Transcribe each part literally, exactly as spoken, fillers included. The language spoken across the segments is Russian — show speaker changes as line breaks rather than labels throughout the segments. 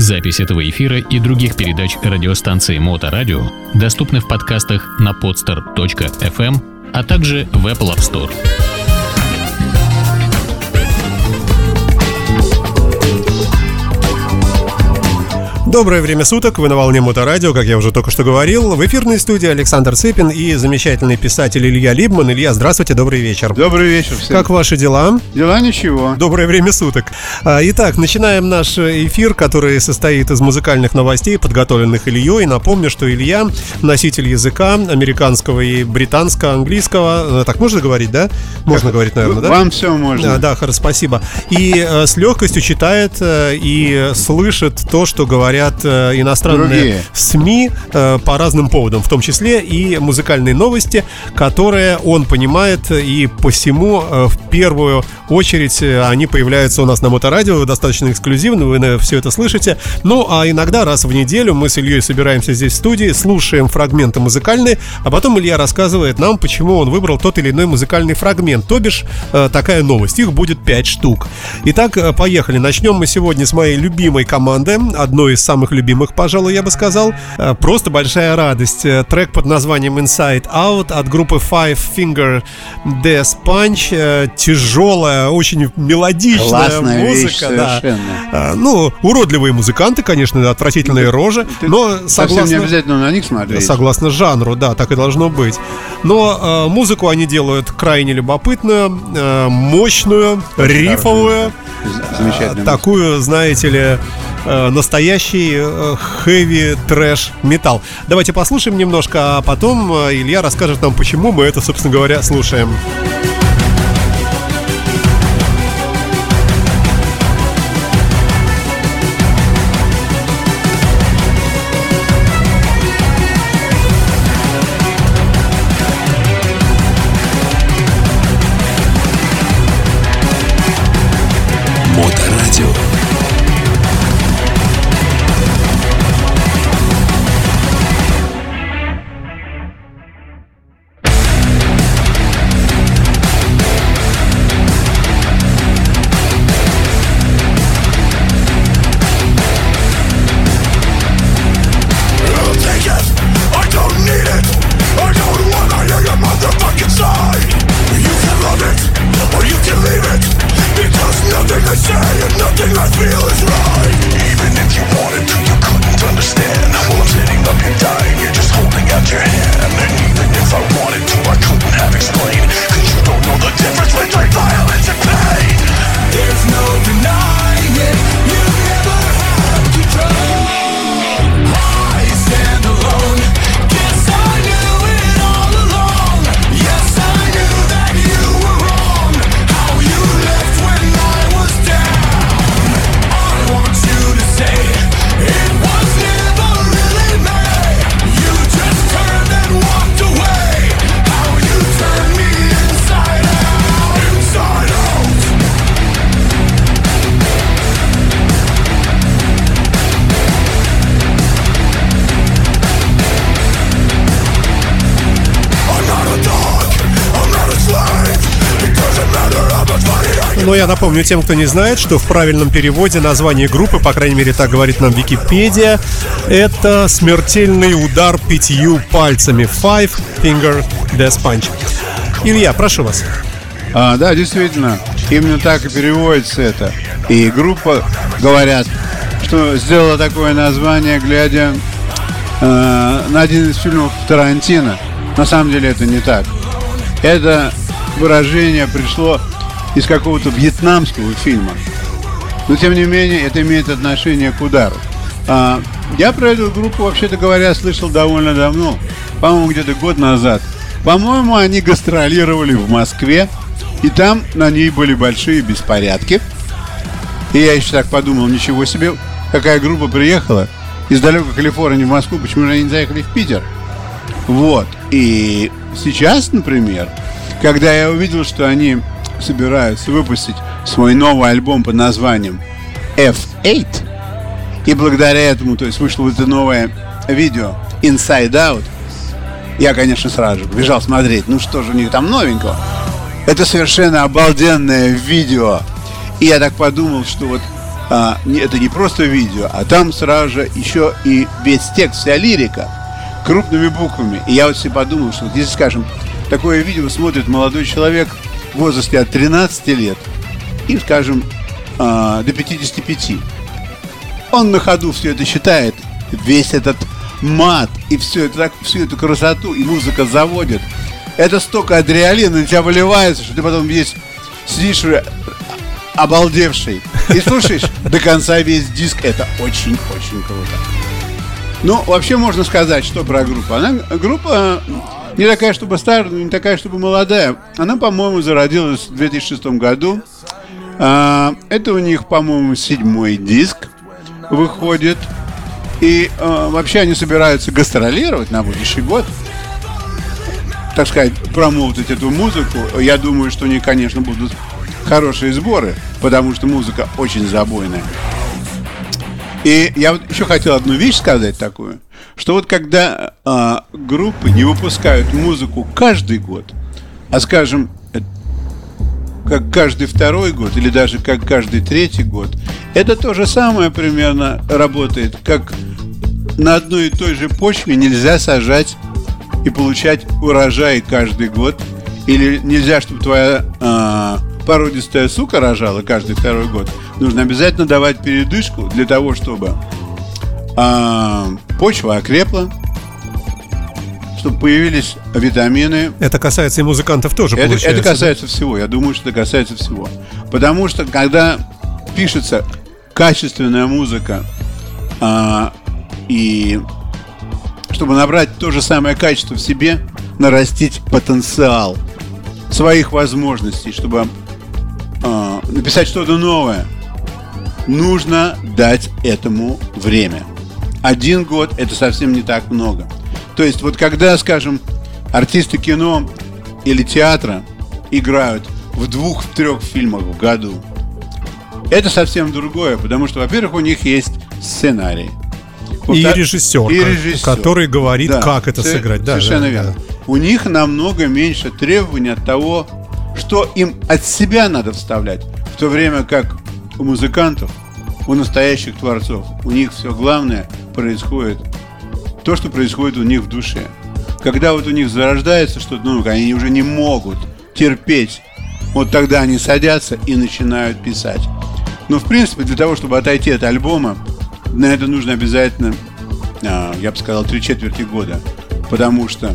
Запись этого эфира и других передач радиостанции Моторадио доступны в подкастах на podster точка эф эм, а также в Apple App Store.
Доброе время суток, вы на волне Моторадио, как я уже только что говорил. В эфирной студии Александр Цыпин и замечательный писатель Илья Либман. Илья, здравствуйте, добрый вечер.
Добрый вечер всем.
Как ваши дела?
Дела ничего.
Доброе время суток. Итак, начинаем наш эфир, который состоит из музыкальных новостей, подготовленных Ильей. Напомню, что Илья носитель языка американского и британского, английского. Так можно говорить, да? Можно как? говорить, наверное, да?
Вам все можно.
Да, да, хорошо, спасибо. И э, с легкостью читает э, и слышит то, что говорят иностранные Другие. СМИ э, по разным поводам, в том числе и музыкальные новости, которые он понимает, и посему э, в первую очередь э, они появляются у нас на Моторадио, достаточно эксклюзивно, вы э, все это слышите. Ну, а иногда раз в неделю мы с Ильей собираемся здесь в студии, слушаем фрагменты музыкальные, а потом Илья рассказывает нам, почему он выбрал тот или иной музыкальный фрагмент, то бишь э, такая новость, их будет пять штук. Итак, э, поехали. Начнем мы сегодня с моей любимой команды, одной из самых любимых, пожалуй, я бы сказал. Просто большая радость. Трек под названием Inside Out от группы Five Finger Death Punch. Тяжелая, очень мелодичная
Классная
музыка.
Вещь, совершенно.
Да. Ну, уродливые музыканты, конечно, отвратительные рожи, но согласно...
не обязательно на них смотреть.
Согласно жанру, да, так и должно быть. Но э, музыку они делают крайне любопытную, э, мощную, Очень рифовую.
Замечательно.
Такую, знаете ли, настоящий хэви трэш металл. Давайте послушаем немножко, а потом Илья расскажет нам, почему мы это, собственно говоря, слушаем. Но я напомню тем, кто не знает, что в правильном переводе название группы, по крайней мере так говорит нам Википедия, это «Смертельный удар пятью пальцами». Five Finger Death Punch. Илья, прошу вас.
А, да, действительно, именно так и переводится это. И группа, говорят, что сделала такое название, глядя э, на один из фильмов Тарантино. На самом деле это не так. Это выражение пришло из какого-то вьетнамского фильма. Но, тем не менее, это имеет отношение к удару. А, я про эту группу, вообще-то говоря, слышал довольно давно. По-моему, где-то год назад. По-моему, они гастролировали в Москве. И там на ней были большие беспорядки. И я еще так подумал, ничего себе, какая группа приехала из далекой Калифорнии в Москву, почему же они не заехали в Питер? Вот. И сейчас, например, когда я увидел, что они собираются выпустить свой новый альбом под названием эф восемь, и благодаря этому, то есть вышло это новое видео Inside Out, я, конечно, сразу же побежал смотреть, ну что же у них там новенького. Это совершенно обалденное видео. И я так подумал, что вот а, это не просто видео, а там сразу же еще и весь текст, вся лирика крупными буквами. И я вот себе подумал, что если, скажем, такое видео смотрит молодой человек в возрасте от тринадцати лет и, скажем, а, до пятидесяти пяти, он на ходу все это читает, весь этот мат и все это, всю эту красоту, и музыка заводит. Это столько адреналина на тебя выливается, что ты потом весь сидишь обалдевший и слушаешь до конца весь диск. Это очень-очень круто. Ну, вообще можно сказать, что про группу. Она группа не такая, чтобы старая, не такая, чтобы молодая. Она, по-моему, зародилась в две тысячи шестом году. Это у них, по-моему, седьмой диск выходит. И вообще они собираются гастролировать на будущий год, так сказать, промоутить эту музыку. Я думаю, что у них, конечно, будут хорошие сборы, потому что музыка очень забойная. И я вот еще хотел одну вещь сказать такую, что вот когда а, группы не выпускают музыку каждый год, а, скажем, как каждый второй год или даже как каждый третий год, это то же самое примерно работает, как на одной и той же почве нельзя сажать и получать урожай каждый год. Или нельзя, чтобы твоя э, породистая сука рожала каждый второй год. Нужно обязательно давать передышку для того, чтобы э, почва окрепла, чтобы появились витамины.
Это касается и музыкантов тоже,
это,
получается.
Это касается всего. Я думаю, что это касается всего. Потому что когда пишется качественная музыка, э, и чтобы набрать то же самое качество в себе, нарастить потенциал своих возможностей, чтобы э, написать что-то новое, нужно дать этому время. Один год — это совсем не так много. То есть вот когда, скажем, артисты кино или театра играют в двух-трех фильмах в году, это совсем другое, потому что, во-первых, у них есть сценарий.
И режиссер, и режиссер, который говорит, да, как это
с-
сыграть. Да,
совершенно
да,
верно.
Да.
У них намного меньше требований от того, что им от себя надо вставлять. В то время как у музыкантов, у настоящих творцов, у них все главное происходит то, что происходит у них в душе. Когда вот у них зарождается что-то, ну, они уже не могут терпеть, вот тогда они садятся и начинают писать. Но, в принципе, для того, чтобы отойти от альбома, на это нужно обязательно, я бы сказал, три четверти года. Потому что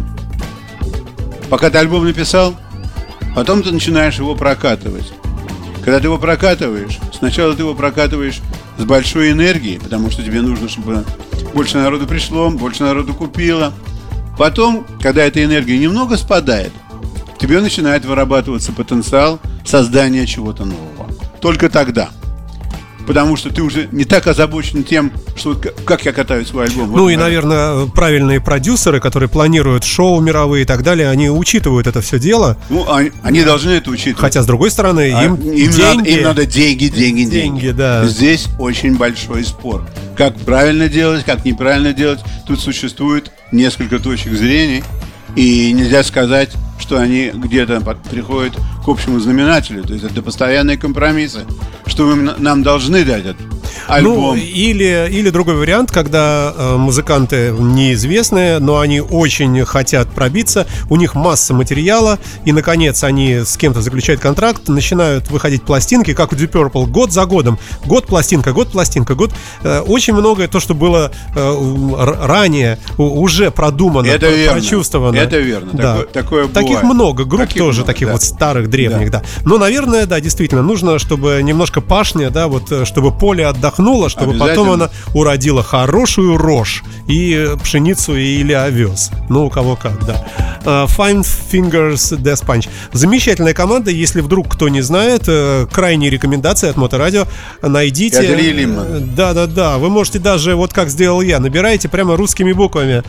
пока ты альбом написал, потом ты начинаешь его прокатывать. Когда ты его прокатываешь, сначала ты его прокатываешь с большой энергией, потому что тебе нужно, чтобы больше народу пришло, больше народу купило. Потом, когда эта энергия немного спадает, в тебе начинает вырабатываться потенциал создания чего-то нового. Только тогда. Потому что ты уже не так озабочен тем, что как я катаю свой альбом.
Ну
вот,
и, наверное, правильные продюсеры, которые планируют шоу мировые и так далее, они учитывают это все дело.
Ну, они, они должны это учитывать.
Хотя, с другой стороны,
а
им,
им,
деньги,
надо, им надо деньги, деньги, деньги.
деньги да.
Здесь очень большой спор. Как правильно делать, как неправильно делать. Тут существует несколько точек зрения. И нельзя сказать, что они где-то приходят к общему знаменателю. То есть это постоянные компромиссы. Что вы нам должны дать этот альбом.
Ну, или, или другой вариант, когда э, музыканты неизвестные, но они очень хотят пробиться, у них масса материала, и, наконец, они с кем-то заключают контракт, начинают выходить пластинки, как у Deep Purple, год за годом. Год пластинка, год пластинка, год. Э, очень многое то, что было э, ранее уже продумано,
это
прочувствовано.
Верно. Это верно.
Да.
Такое, такое
таких
бывает.
много, групп
таких
тоже,
много,
таких
да.
вот старых, древних, да. да. Но, наверное, да, действительно, нужно, чтобы немножко пашня, да, вот, чтобы поле отдохнуло, чтобы потом она уродила хорошую рожь и пшеницу или овес. Ну, у кого как, да. Five Fingers Death Punch. Замечательная команда, если вдруг кто не знает, крайние рекомендации от Моторадио, найдите.
Это Ли Лиман.
Да-да-да, вы можете даже, вот как сделал я, набираете прямо русскими буквами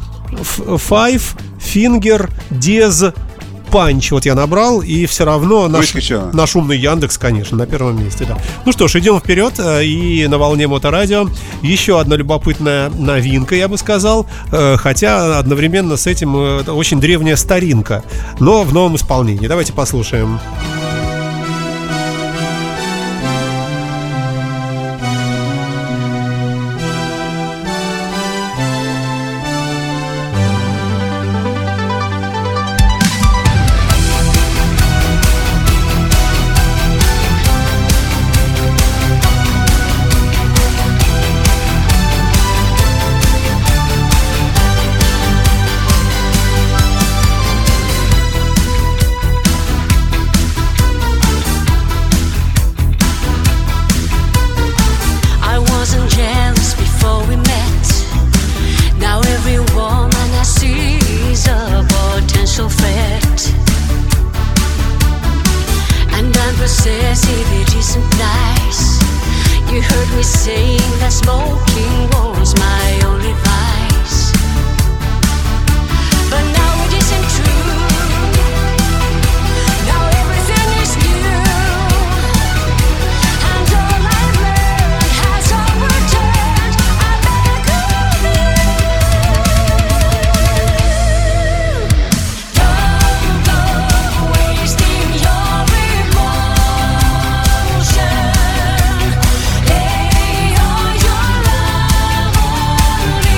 Five Finger Death Punch. Вот я набрал, и все равно наш, наш умный Яндекс, конечно, на первом месте, да. Ну что ж, идем вперед. И на волне Моторадио еще одна любопытная новинка, я бы сказал. Хотя одновременно с этим очень древняя старинка, но в новом исполнении. Давайте послушаем.
me saying that smoking was my only vice. But now it isn't true. Now everything is new, and all I've learned has overturned. I beg of you, don't go wasting your emotion. Lay all your love on me.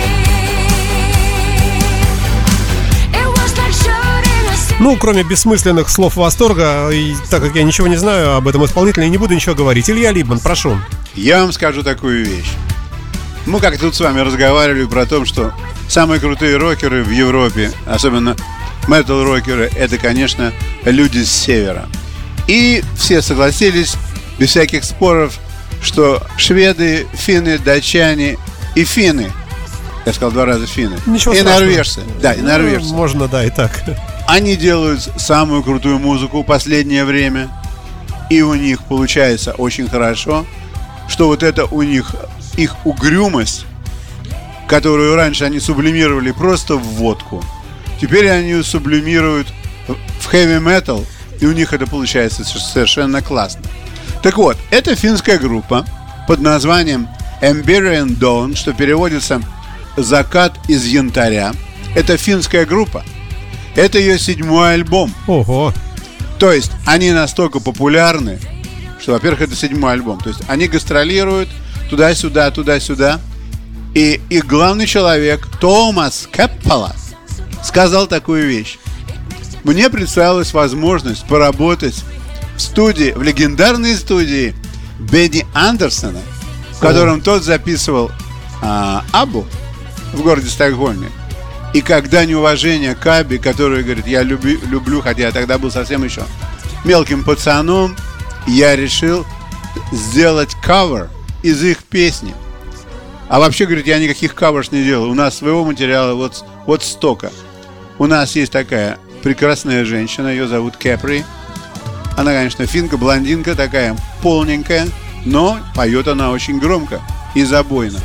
It was like shooting a
Ну, кроме бессмысленных слов восторга, и так как я ничего не знаю об этом исполнителе, я не буду ничего говорить. Илья Либман, прошу.
Я вам скажу такую вещь. Мы как тут с вами разговаривали про то, что самые крутые рокеры в Европе, особенно метал-рокеры, это, конечно, люди с севера. И все согласились, без всяких споров, что шведы, финны, датчане и финны, я сказал два раза финны,
Ничего
и
страшного.
норвежцы, да, и норвежцы,
Ну, можно, да, и так.
они делают самую крутую музыку в последнее время, и у них получается очень хорошо, что вот это у них, их угрюмость, которую раньше они сублимировали просто в водку, теперь они ее сублимируют в хэви-метал, и у них это получается совершенно классно. Так вот, это финская группа под названием Emberian Dawn, что переводится «Закат из янтаря». Это финская группа. Это ее седьмой альбом.
Ого.
То есть они настолько популярны, что, во-первых, это седьмой альбом. То есть они гастролируют туда-сюда, туда-сюда. И их главный человек, Томас Кеппала, сказал такую вещь. Мне представилась возможность поработать в студии, в легендарной студии Бенни Андерсона, в котором тот записывал а, Аббу в городе Стокгольме. И как дань уважения к Абби, который говорит, я люблю, люблю, хотя я тогда был совсем еще мелким пацаном, я решил сделать кавер из их песни. А вообще, говорит, я никаких каверов не делал. У нас своего материала вот, вот столько. У нас есть такая прекрасная женщина, ее зовут Кэпри. Она, конечно, финка, блондинка такая, полненькая, но поет она очень громко и забойно.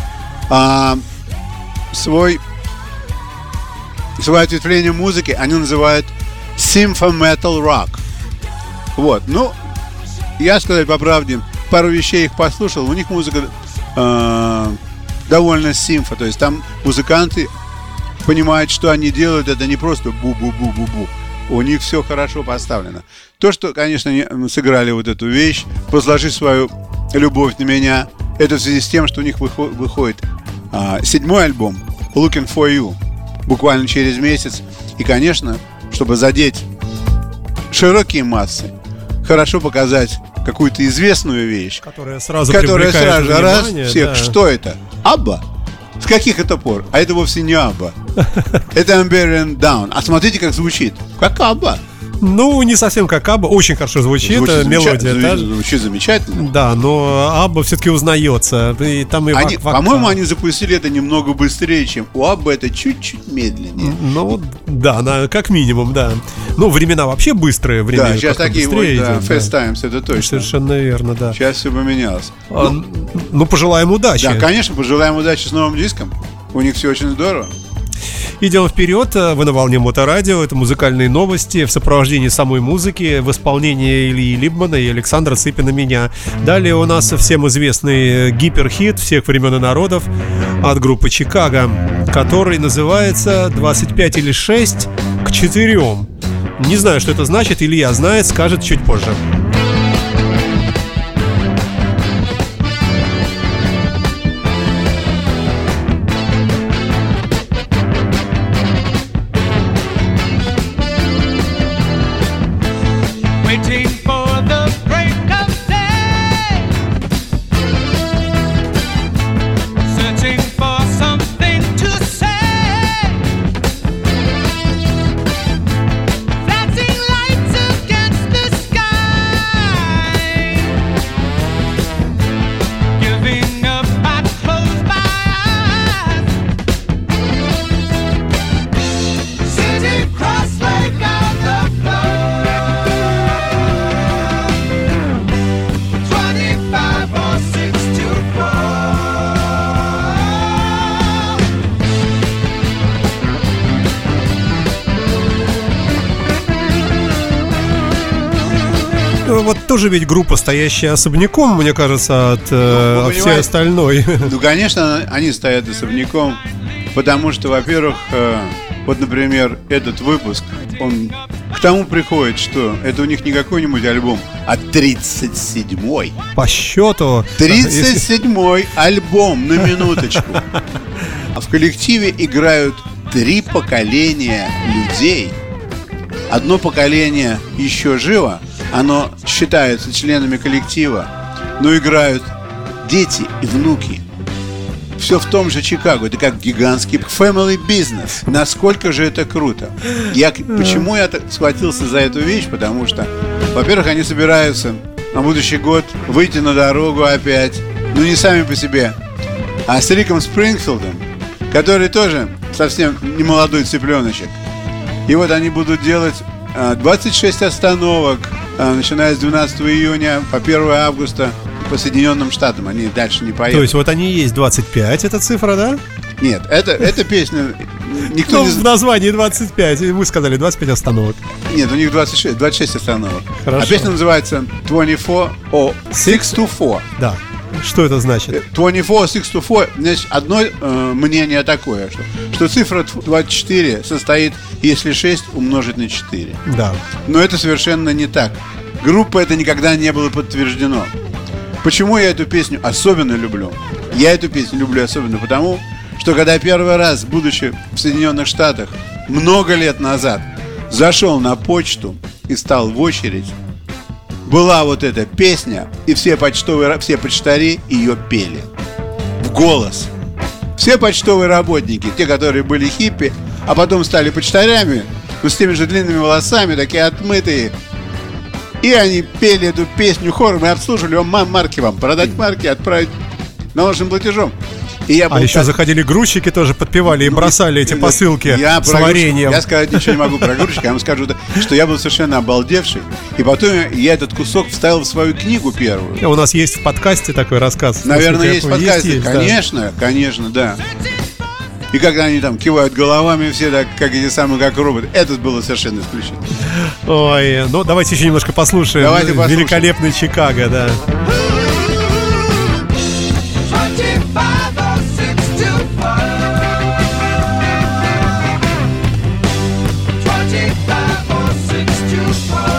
А свой, свое ответвление музыки они называют Symphony-Metal Rock. Вот, ну, я, сказать по правде, пару вещей их послушал, у них музыка э, довольно симфа, то есть там музыканты понимают, что они делают, это не просто бу-бу-бу-бу-бу. У них все хорошо поставлено. То, что, конечно, сыграли вот эту вещь, «Возложи свою любовь на меня», это в связи с тем, что у них выход, выходит а, седьмой альбом «Looking for You» буквально через месяц. И, конечно, чтобы задеть широкие массы, хорошо показать какую-то известную вещь,
Которая сразу
которая
привлекает
сразу раз
внимание,
всех.
да.
Что это? Абба? С каких это пор? А это вовсе не Абба. Это Emberian Dawn. А смотрите, как звучит. Как Абба.
Ну, не совсем как Абба, очень хорошо звучит,
Звучит
мелодия,
замечательно,
да?
звучит замечательно.
Да, но Абба все-таки узнается. И там и
Они,
вок- вокал.
по-моему, они запустили это немного быстрее, чем у Абба, это чуть-чуть медленнее.
Ну, да, на, как минимум, да. Ну, времена вообще быстрые, время
Да, сейчас
как-то
такие вот,
быстрее
да,
идет,
fast
да.
times, это точно.
Совершенно верно, да.
Сейчас все поменялось.
А,
Ну,
ну, пожелаем удачи.
да, конечно, пожелаем удачи с новым диском. У них все очень здорово.
Идем вперед, вы на волне Моторадио, это музыкальные новости в сопровождении самой музыки в исполнении Ильи Либмана и Александра Цыпина меня. Далее у нас всем известный гиперхит всех времен и народов от группы Чикаго, который называется двадцать пять или шесть к четырем. Не знаю, что это значит, Илья знает, скажет чуть позже.
Waiting for the break of day, searching for something to say, flashing lights against the sky.
вот тоже ведь группа, стоящая особняком, мне кажется, от, э,
Ну, вы
от всей
понимаете,
остальной.
Ну, конечно, они стоят особняком, потому что, во-первых, э, вот, например, этот выпуск, он к тому приходит, что это у них не какой-нибудь альбом, а тридцать седьмой.
По счету.
тридцать седьмой альбом, на минуточку. А в коллективе играют три поколения людей. Одно поколение еще живо, оно считается членами коллектива, но играют дети и внуки. Все в том же Чикаго. Это как гигантский family business. Насколько же это круто. Я, почему я так схватился за эту вещь? Потому что, во-первых, они собираются на будущий год выйти на дорогу опять. Ну, не сами по себе, а с Риком Спрингфилдом, который тоже совсем не молодой цыпленочек. И вот они будут делать а, двадцать шесть остановок, а, начиная с двенадцатого июня по первого августа по Соединенным Штатам. Они дальше не поедут.
То есть вот они и есть двадцать пять, эта цифра, да?
Нет, это, эта песня никто
Ну,
не
в
знает.
названии двадцать пять, и вы сказали двадцать пять остановок.
Нет, у них двадцать шесть, двадцать шесть остановок.
Хорошо.
А песня называется двадцать четыре о шесть to четыре.
Да. Что это значит?
двадцать четыре о шесть to четыре. Значит, одно э, мнение такое, что, что цифра двадцать четыре состоит, если шесть умножить на четыре.
Да.
Но это совершенно не так. Группа это никогда не было подтверждено. Почему я эту песню особенно люблю? Я эту песню люблю особенно потому, что когда первый раз, будучи в Соединенных Штатах много лет назад, зашел на почту и стал в очередь, была вот эта песня, и все почтовые, все почтари ее пели в голос. Все почтовые работники, те, которые были хиппи, а потом стали почтарями, но с теми же длинными волосами, такие отмытые. И они пели эту песню хором и обслуживали вам марки вам, продать марки, отправить наложенным платежом. И я был
А еще
так-
заходили грузчики, тоже подпевали и бросали эти
Ну,
посылки
я
с
про грузчика-
вареньем.
Я сказать ничего не могу про грузчика. Я вам скажу, что я был совершенно обалдевший. И потом я этот кусок вставил в свою книгу первую.
У нас есть в подкасте такой рассказ.
Наверное,
Насколько
есть
я помню.
подкасты.
есть, да.
Конечно, конечно, да. И когда они там кивают головами, все так, как эти самые, как роботы. Это было совершенно исключительно.
Ой, ну давайте еще немножко послушаем.
Давайте послушаем.
Великолепный Чикаго, да.
twenty-five oh six to four. twenty-five oh six to four.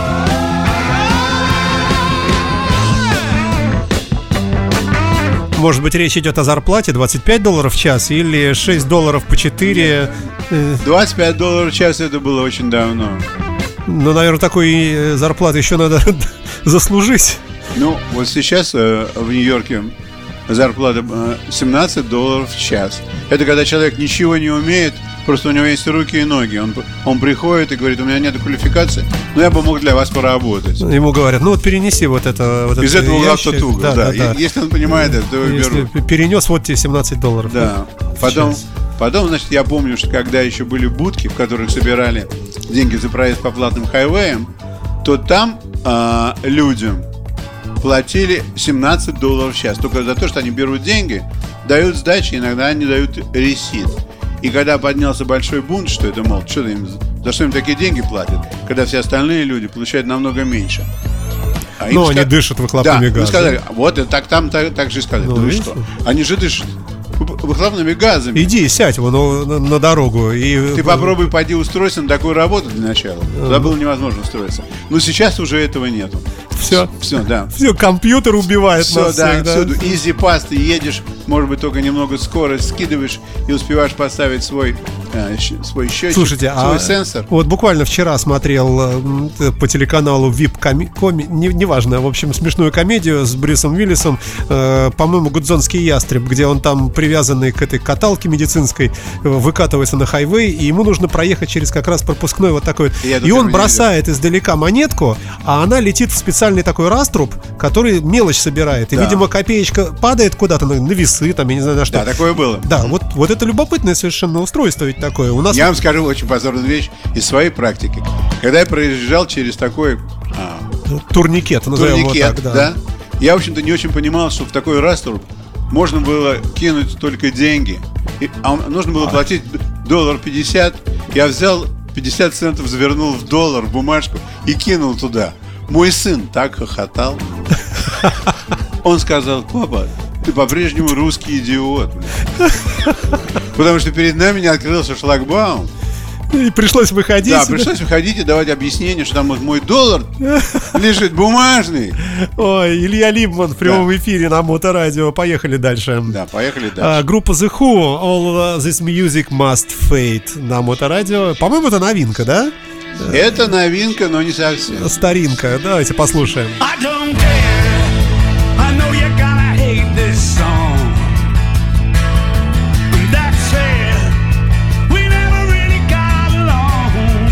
Может быть, речь идет о зарплате двадцать пять долларов в час или шесть долларов по четыре. Э,
двадцать пять долларов в час это было очень давно.
Ну, наверное, такой э, зарплаты еще надо заслужить.
Ну, вот сейчас э, в Нью-Йорке зарплата э, семнадцать долларов в час. Это когда человек ничего не умеет, просто у него есть руки и ноги. Он, он приходит и говорит, у меня нет квалификации, но я бы мог для вас поработать.
Ему говорят, ну вот перенеси вот это. Вот
Из
этот
этого
ящик.
угла в тот угол,
Да,
да.
да, да.
Е- Если он понимает это, то его
Если
берут.
перенес, вот тебе семнадцать долларов.
Да.
в
Потом,
час.
потом, значит, я помню, что когда еще были будки, в которых собирали деньги за проезд по платным хайвеям, то там а, людям платили семнадцать долларов в час. Только за то, что они берут деньги, дают сдачи, иногда они дают ресит. И когда поднялся большой бунт, что это, мол, что им, за что им такие деньги платят, когда все остальные люди получают намного меньше. А им
Ну, они
ска-
дышат выхлопными
да,
газами.
мы сказали, вот и так там так, так же сказали.
Ну,
Ну, и
видите?
что? Они же дышат выхлопными газами.
Иди, сядь вон ну, на, на дорогу. И...
Ты попробуй пойди устроиться на такую работу для начала. Туда было невозможно устроиться. Но сейчас уже этого нету.
Все.
Все, да.
Все, компьютер убивает
Все,
нас
да,
всех, да.
всюду. Easy pass, ты едешь, может быть, только немного скорость скидываешь и успеваешь поставить свой, э, щ- свой счетчик,
Слушайте,
свой
а
сенсор.
вот буквально вчера смотрел м, т- по телеканалу ви ай пи коми, коми- не, неважно, в общем, смешную комедию с Брюсом Уиллисом, э, по-моему, «Гудзонский ястреб», где он там привязанный к этой каталке медицинской э, выкатывается на хайвей, и ему нужно проехать через как раз пропускной вот такой.
Я эту
И он
фильм не
бросает издалека монетку, а она летит в специальный такой раструб, который мелочь собирает. И,
Да.
видимо, копеечка падает куда-то на, на весы, там, я не знаю на что.
Да, такое было.
Да, вот, вот это любопытное совершенно устройство ведь такое. У нас
Я вам скажу очень позорную вещь из своей практики. Когда я проезжал через такой а,
турникет, назовем его
турникет,
так, да.
да, я, в общем-то, не очень понимал, что в такой раструб можно было кинуть только деньги. И- а нужно было платить доллар пятьдесят. Я взял пятьдесят центов, завернул в доллар, в бумажку и кинул туда. Мой сын так хохотал. Он сказал: папа, ты по-прежнему русский идиот. Потому что перед нами не открылся шлагбаум.
И пришлось выходить.
Да, пришлось выходить и давать объяснение, что там вот мой доллар лежит бумажный.
Ой, Илья Либман в прямом эфире на Моторадио. Поехали дальше.
Да, поехали дальше.
А, группа The Who, All This Music Must Fade на Моторадио. По-моему, это новинка, да?
Это новинка, но не совсем.
Старинка. Давайте послушаем.
I don't care. I know you're gonna hate this song. That said, we never really got along.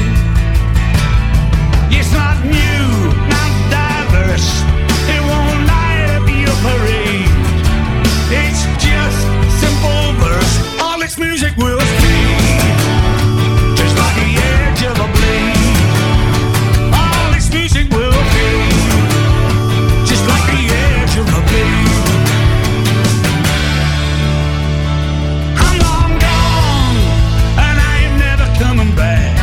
It's not new, not diverse. It won't light up your parade. It's just simple verse. All its music will fade, just like the edge of a blade. All its music will fade, just like the edge of a blade. I'm long gone, and I ain't never coming back.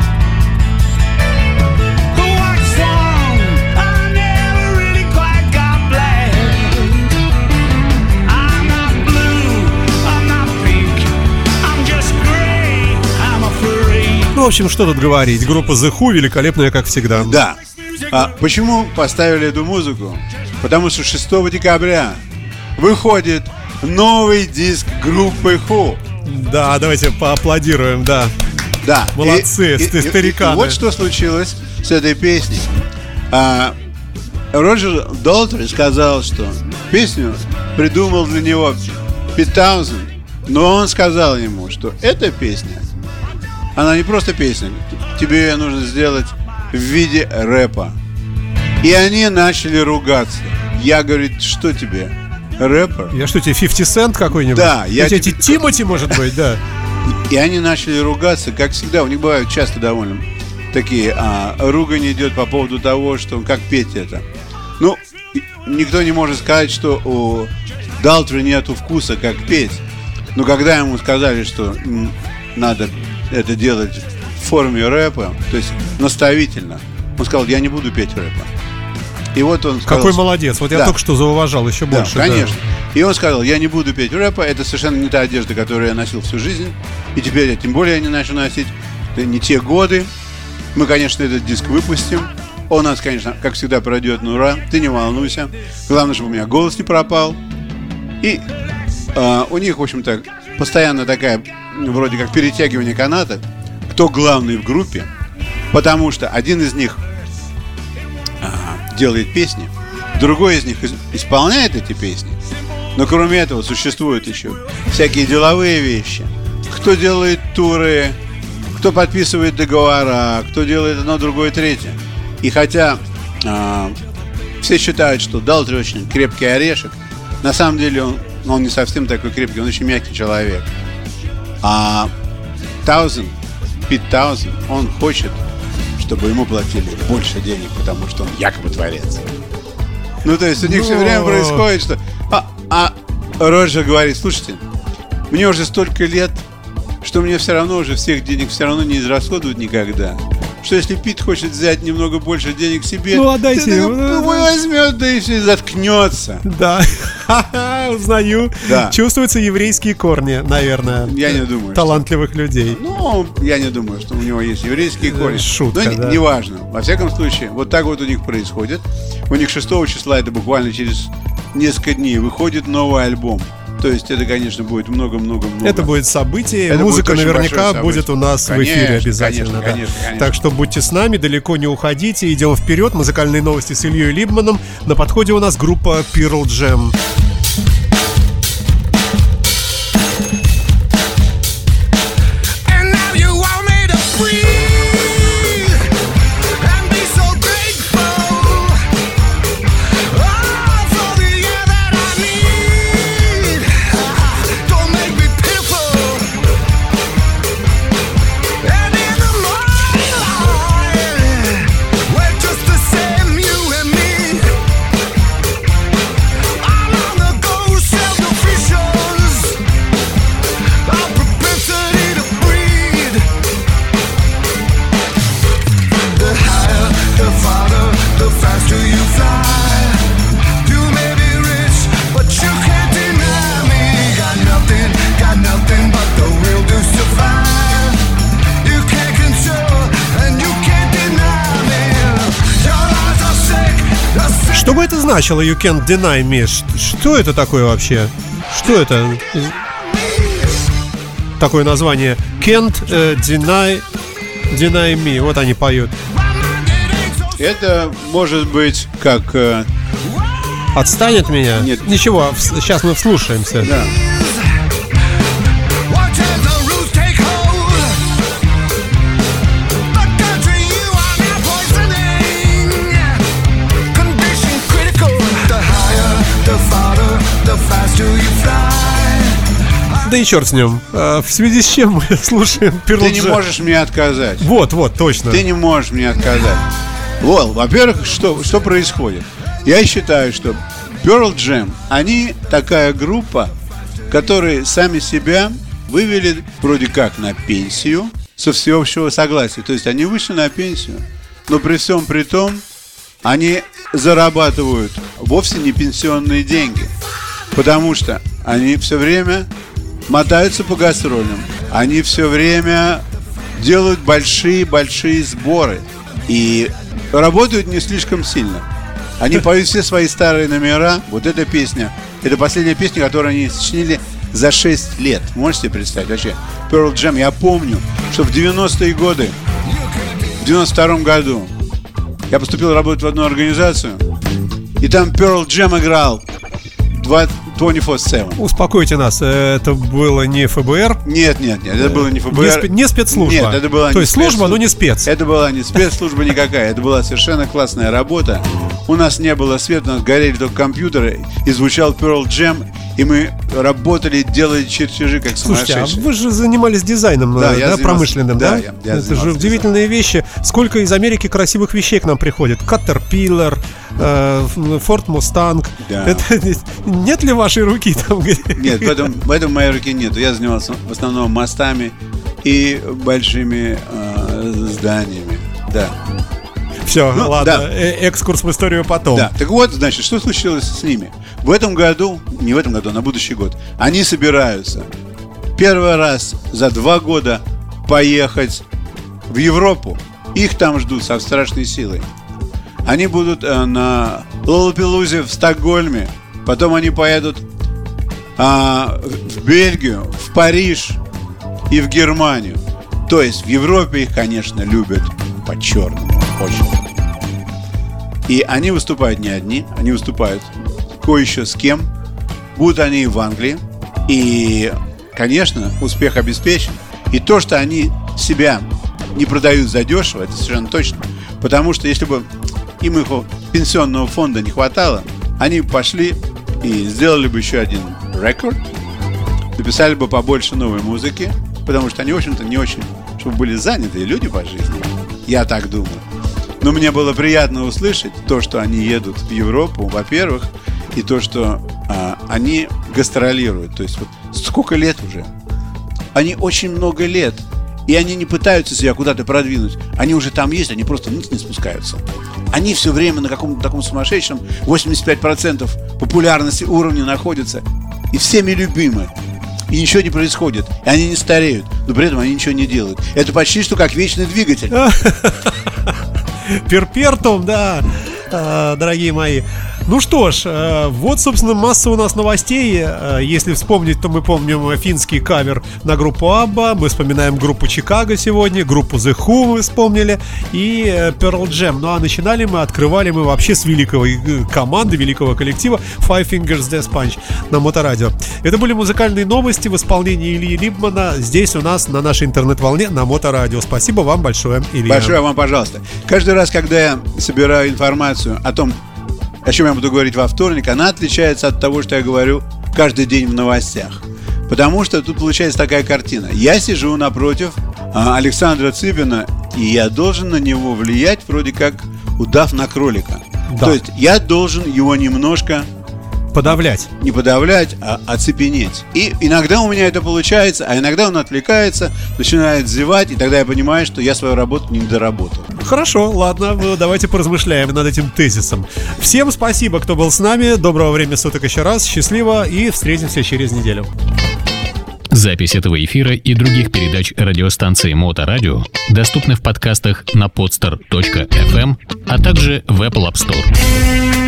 The white swan, I never really quite got black. I'm not blue, I'm not pink, I'm just gray, I'm afraid.
Ну, в общем, что тут говорить. Группа The Who великолепная, как всегда.
Да. А почему поставили эту музыку? Потому что шестого декабря выходит новый диск группы Who.
Да, давайте поаплодируем, да.
Да.
Молодцы, ст- стариканы.
и вот что случилось с этой песней. А, Роджер Долтри сказал, что песню придумал для него Пит Таунсенд, но он сказал ему, что эта песня, она не просто песня, тебе ее нужно сделать в виде рэпа. И они начали ругаться. Я, говорит, что тебе, рэпер?
Я что, тебе фифти Cent какой-нибудь?
Да, я
я тебе
тебе-
Тимати, может быть, да.
И они начали ругаться, как всегда. У них бывают часто довольно такие а, ругань идет по поводу того, что как петь это. Ну, и никто не может сказать, что у Далтри нету вкуса, как петь. Но когда ему сказали, что м, надо это делать в форме рэпа, то есть наставительно, он сказал: я не буду петь рэпа. И вот он сказал,
Какой
что-
молодец. Вот я
Да.
только что зауважал еще
Да,
больше. да.
конечно. И он сказал: я не буду петь рэпа, это совершенно не та одежда, которую я носил всю жизнь. И теперь я тем более не начну носить. Это не те годы. Мы, конечно, этот диск выпустим. Он у нас, конечно, как всегда, пройдет на ура. Ты не волнуйся. Главное, чтобы у меня голос не пропал. И а, у них, в общем-то, постоянно такая, ну, вроде как перетягивание каната. Кто главный в группе. Потому что один из них а, делает песни, другой из них из- исполняет эти песни. Но кроме этого существуют еще всякие деловые вещи. Кто делает туры, кто подписывает договора, кто делает одно, другое, третье. И хотя а, все считают, что Далтри очень крепкий орешек, на самом деле он, он не совсем такой крепкий, он очень мягкий человек. А Таузенд, Пит Таузенд, он хочет, чтобы ему платили больше денег, потому что он якобы творец. Ну, то есть у них все
Но-
время происходит, что... А, а Роджер говорит: слушайте, мне уже столько лет, что мне все равно уже всех денег все равно не израсходуют никогда. Что если Пит хочет взять немного больше денег себе,
Ну, отдайте
ты
ему.
ну, возьмет, да и все, заткнется.
Да, узнаю.
Да.
Чувствуются еврейские корни, наверное.
Я не думаю, что-
Талантливых людей.
Ну, я не думаю, что у него есть еврейские корни.
шутка,
Но не-
да.
неважно. Во всяком случае, вот так вот у них происходит. У них шестого числа, это буквально через несколько дней, выходит новый альбом. То есть это, конечно, будет много-много-много.
Это будет событие.
Это
Музыка
будет очень
наверняка
большое
будет у нас
событие.
в эфире
Конечно,
обязательно.
конечно,
да.
конечно, конечно.
Так что будьте с нами, далеко не уходите. Идем вперед. Музыкальные новости с Ильей Либманом. На подходе у нас группа Pearl Jam.
And now you want me to breathe and be so grateful. Oh, for the air that I need. Don't make me pitiful. And in the morning, we're just the same, you and me. All on the
бы это значило, You Can't Deny Me? Ш- Что это такое вообще? Что это? Такое название Can't э, Deny, Deny Me. Вот они поют.
Это может быть как... э,
Отстань от меня?
Нет.
Ничего, вс- сейчас мы вслушаемся.
да.
Watch as the roots take hold. The country you are now poisoning. Condition critical. The higher, the farther, the faster you fly.
Да и черт с ним. А, в связи с чем мы слушаем Pearl
Ты не
Jam?
можешь мне отказать.
Вот, вот, точно.
Ты не можешь мне отказать. Вот, во-первых, что, что происходит? Я считаю, что Pearl Jam, они такая группа, которые сами себя вывели вроде как на пенсию со всеобщего согласия. То есть они вышли на пенсию, но при всем при том они зарабатывают вовсе не пенсионные деньги, потому что они все время мотаются по гастролям, они все время делают большие-большие сборы и работают не слишком сильно. Они поют все свои старые номера. Вот эта песня, это последняя песня, которую они сочинили за шесть лет. Можете себе представить? Вообще, Pearl Jam, я помню, что в девяностые годы, в девяносто втором году я поступил работать в одну организацию, и там Pearl Jam играл двадцать четыре семь.
Успокойте нас, это было не эф бэ эр?
Нет, нет, нет, это было не эф бэ
Не,
эр.
спе- не спецслужба?
Нет, это была
То
не
есть служба,
спецслужба.
но не спец.
Это была не спецслужба никакая, это была совершенно классная работа. У нас не было света, у нас горели только компьютеры, и звучал Pearl Jam, и мы работали, делали чертежи как
Слушайте, а
сумасшедшие.
вы же занимались дизайном,
Да,
э,
я
да,
занимался-
промышленным, да?
да, я- я
Это
занимался
же удивительные вещи. Сколько из Америки красивых вещей к нам приходит. Caterpillar, э, Ford Mustang.
Да.
Это, нет ли вашей руки там? где-
Нет, в этом, в этом моей руке нет. Я занимался в основном мостами и большими э, зданиями. Да.
Все,
Ну,
ладно,
да.
э- экскурс в историю потом.
Да, так вот, значит, что случилось с ними? В этом году, не в этом году, а на будущий год, они собираются первый раз за два года поехать в Европу. Их там ждут со страшной силой. Они будут э, на Лоллапалузе в Стокгольме, потом они поедут а, в Бельгию, в Париж и в Германию. То есть в Европе их, конечно, любят по-черному, очень. И они выступают не одни, они выступают кое-еще с кем. Будут они и в Англии. И, конечно, успех обеспечен. И то, что они себя не продают задешево, это совершенно точно. Потому что если бы им их пенсионного фонда не хватало, они бы пошли и сделали бы еще один рекорд, написали бы побольше новой музыки, потому что они, в общем-то, не очень, чтобы были занятые люди по жизни. Я так думаю. Но мне было приятно услышать то, что они едут в Европу, во-первых, и то, что а, они гастролируют. То есть вот сколько лет уже? Они очень много лет. И они не пытаются себя куда-то продвинуть. Они уже там есть, они просто вниз не спускаются. Они все время на каком-то таком сумасшедшем восемьдесят пять процентов популярности уровня находятся. И всеми любимы. И ничего не происходит. И они не стареют. Но при этом они ничего не делают. Это почти что как вечный двигатель.
Перпертум, да, э, дорогие мои. Ну что ж, э, вот, собственно, масса у нас новостей. Э, Если вспомнить, то мы помним финский кавер на группу Абба. Мы вспоминаем группу Чикаго сегодня, группу The Who мы вспомнили. И э, Pearl Jam. Ну а начинали мы, открывали мы вообще с великого э, команды, великого коллектива Five Fingers Death Punch на Моторадио. Это были музыкальные новости в исполнении Ильи Либмана здесь у нас на нашей интернет-волне на Моторадио. Спасибо вам большое, Илья.
Большое вам, пожалуйста. Каждый раз, когда я собираю информацию о том, о чем я буду говорить во вторник, она отличается от того, что я говорю каждый день в новостях. Потому что тут получается такая картина. Я сижу напротив а, Александра Цыпина, и я должен на него влиять вроде как удав на кролика.
Да.
То есть я должен его немножко
Подавлять.
не подавлять, а оцепенеть. И иногда у меня это получается, а иногда он отвлекается, начинает зевать, и тогда я понимаю, что я свою работу не доработал.
Хорошо, ладно, ну, давайте поразмышляем над этим тезисом. Всем спасибо, кто был с нами. Доброго времени суток еще раз. Счастливо и встретимся через неделю.
Запись этого эфира и других передач радиостанции Моторадио доступны в подкастах на podster точка эф эм, а также в Apple App Store.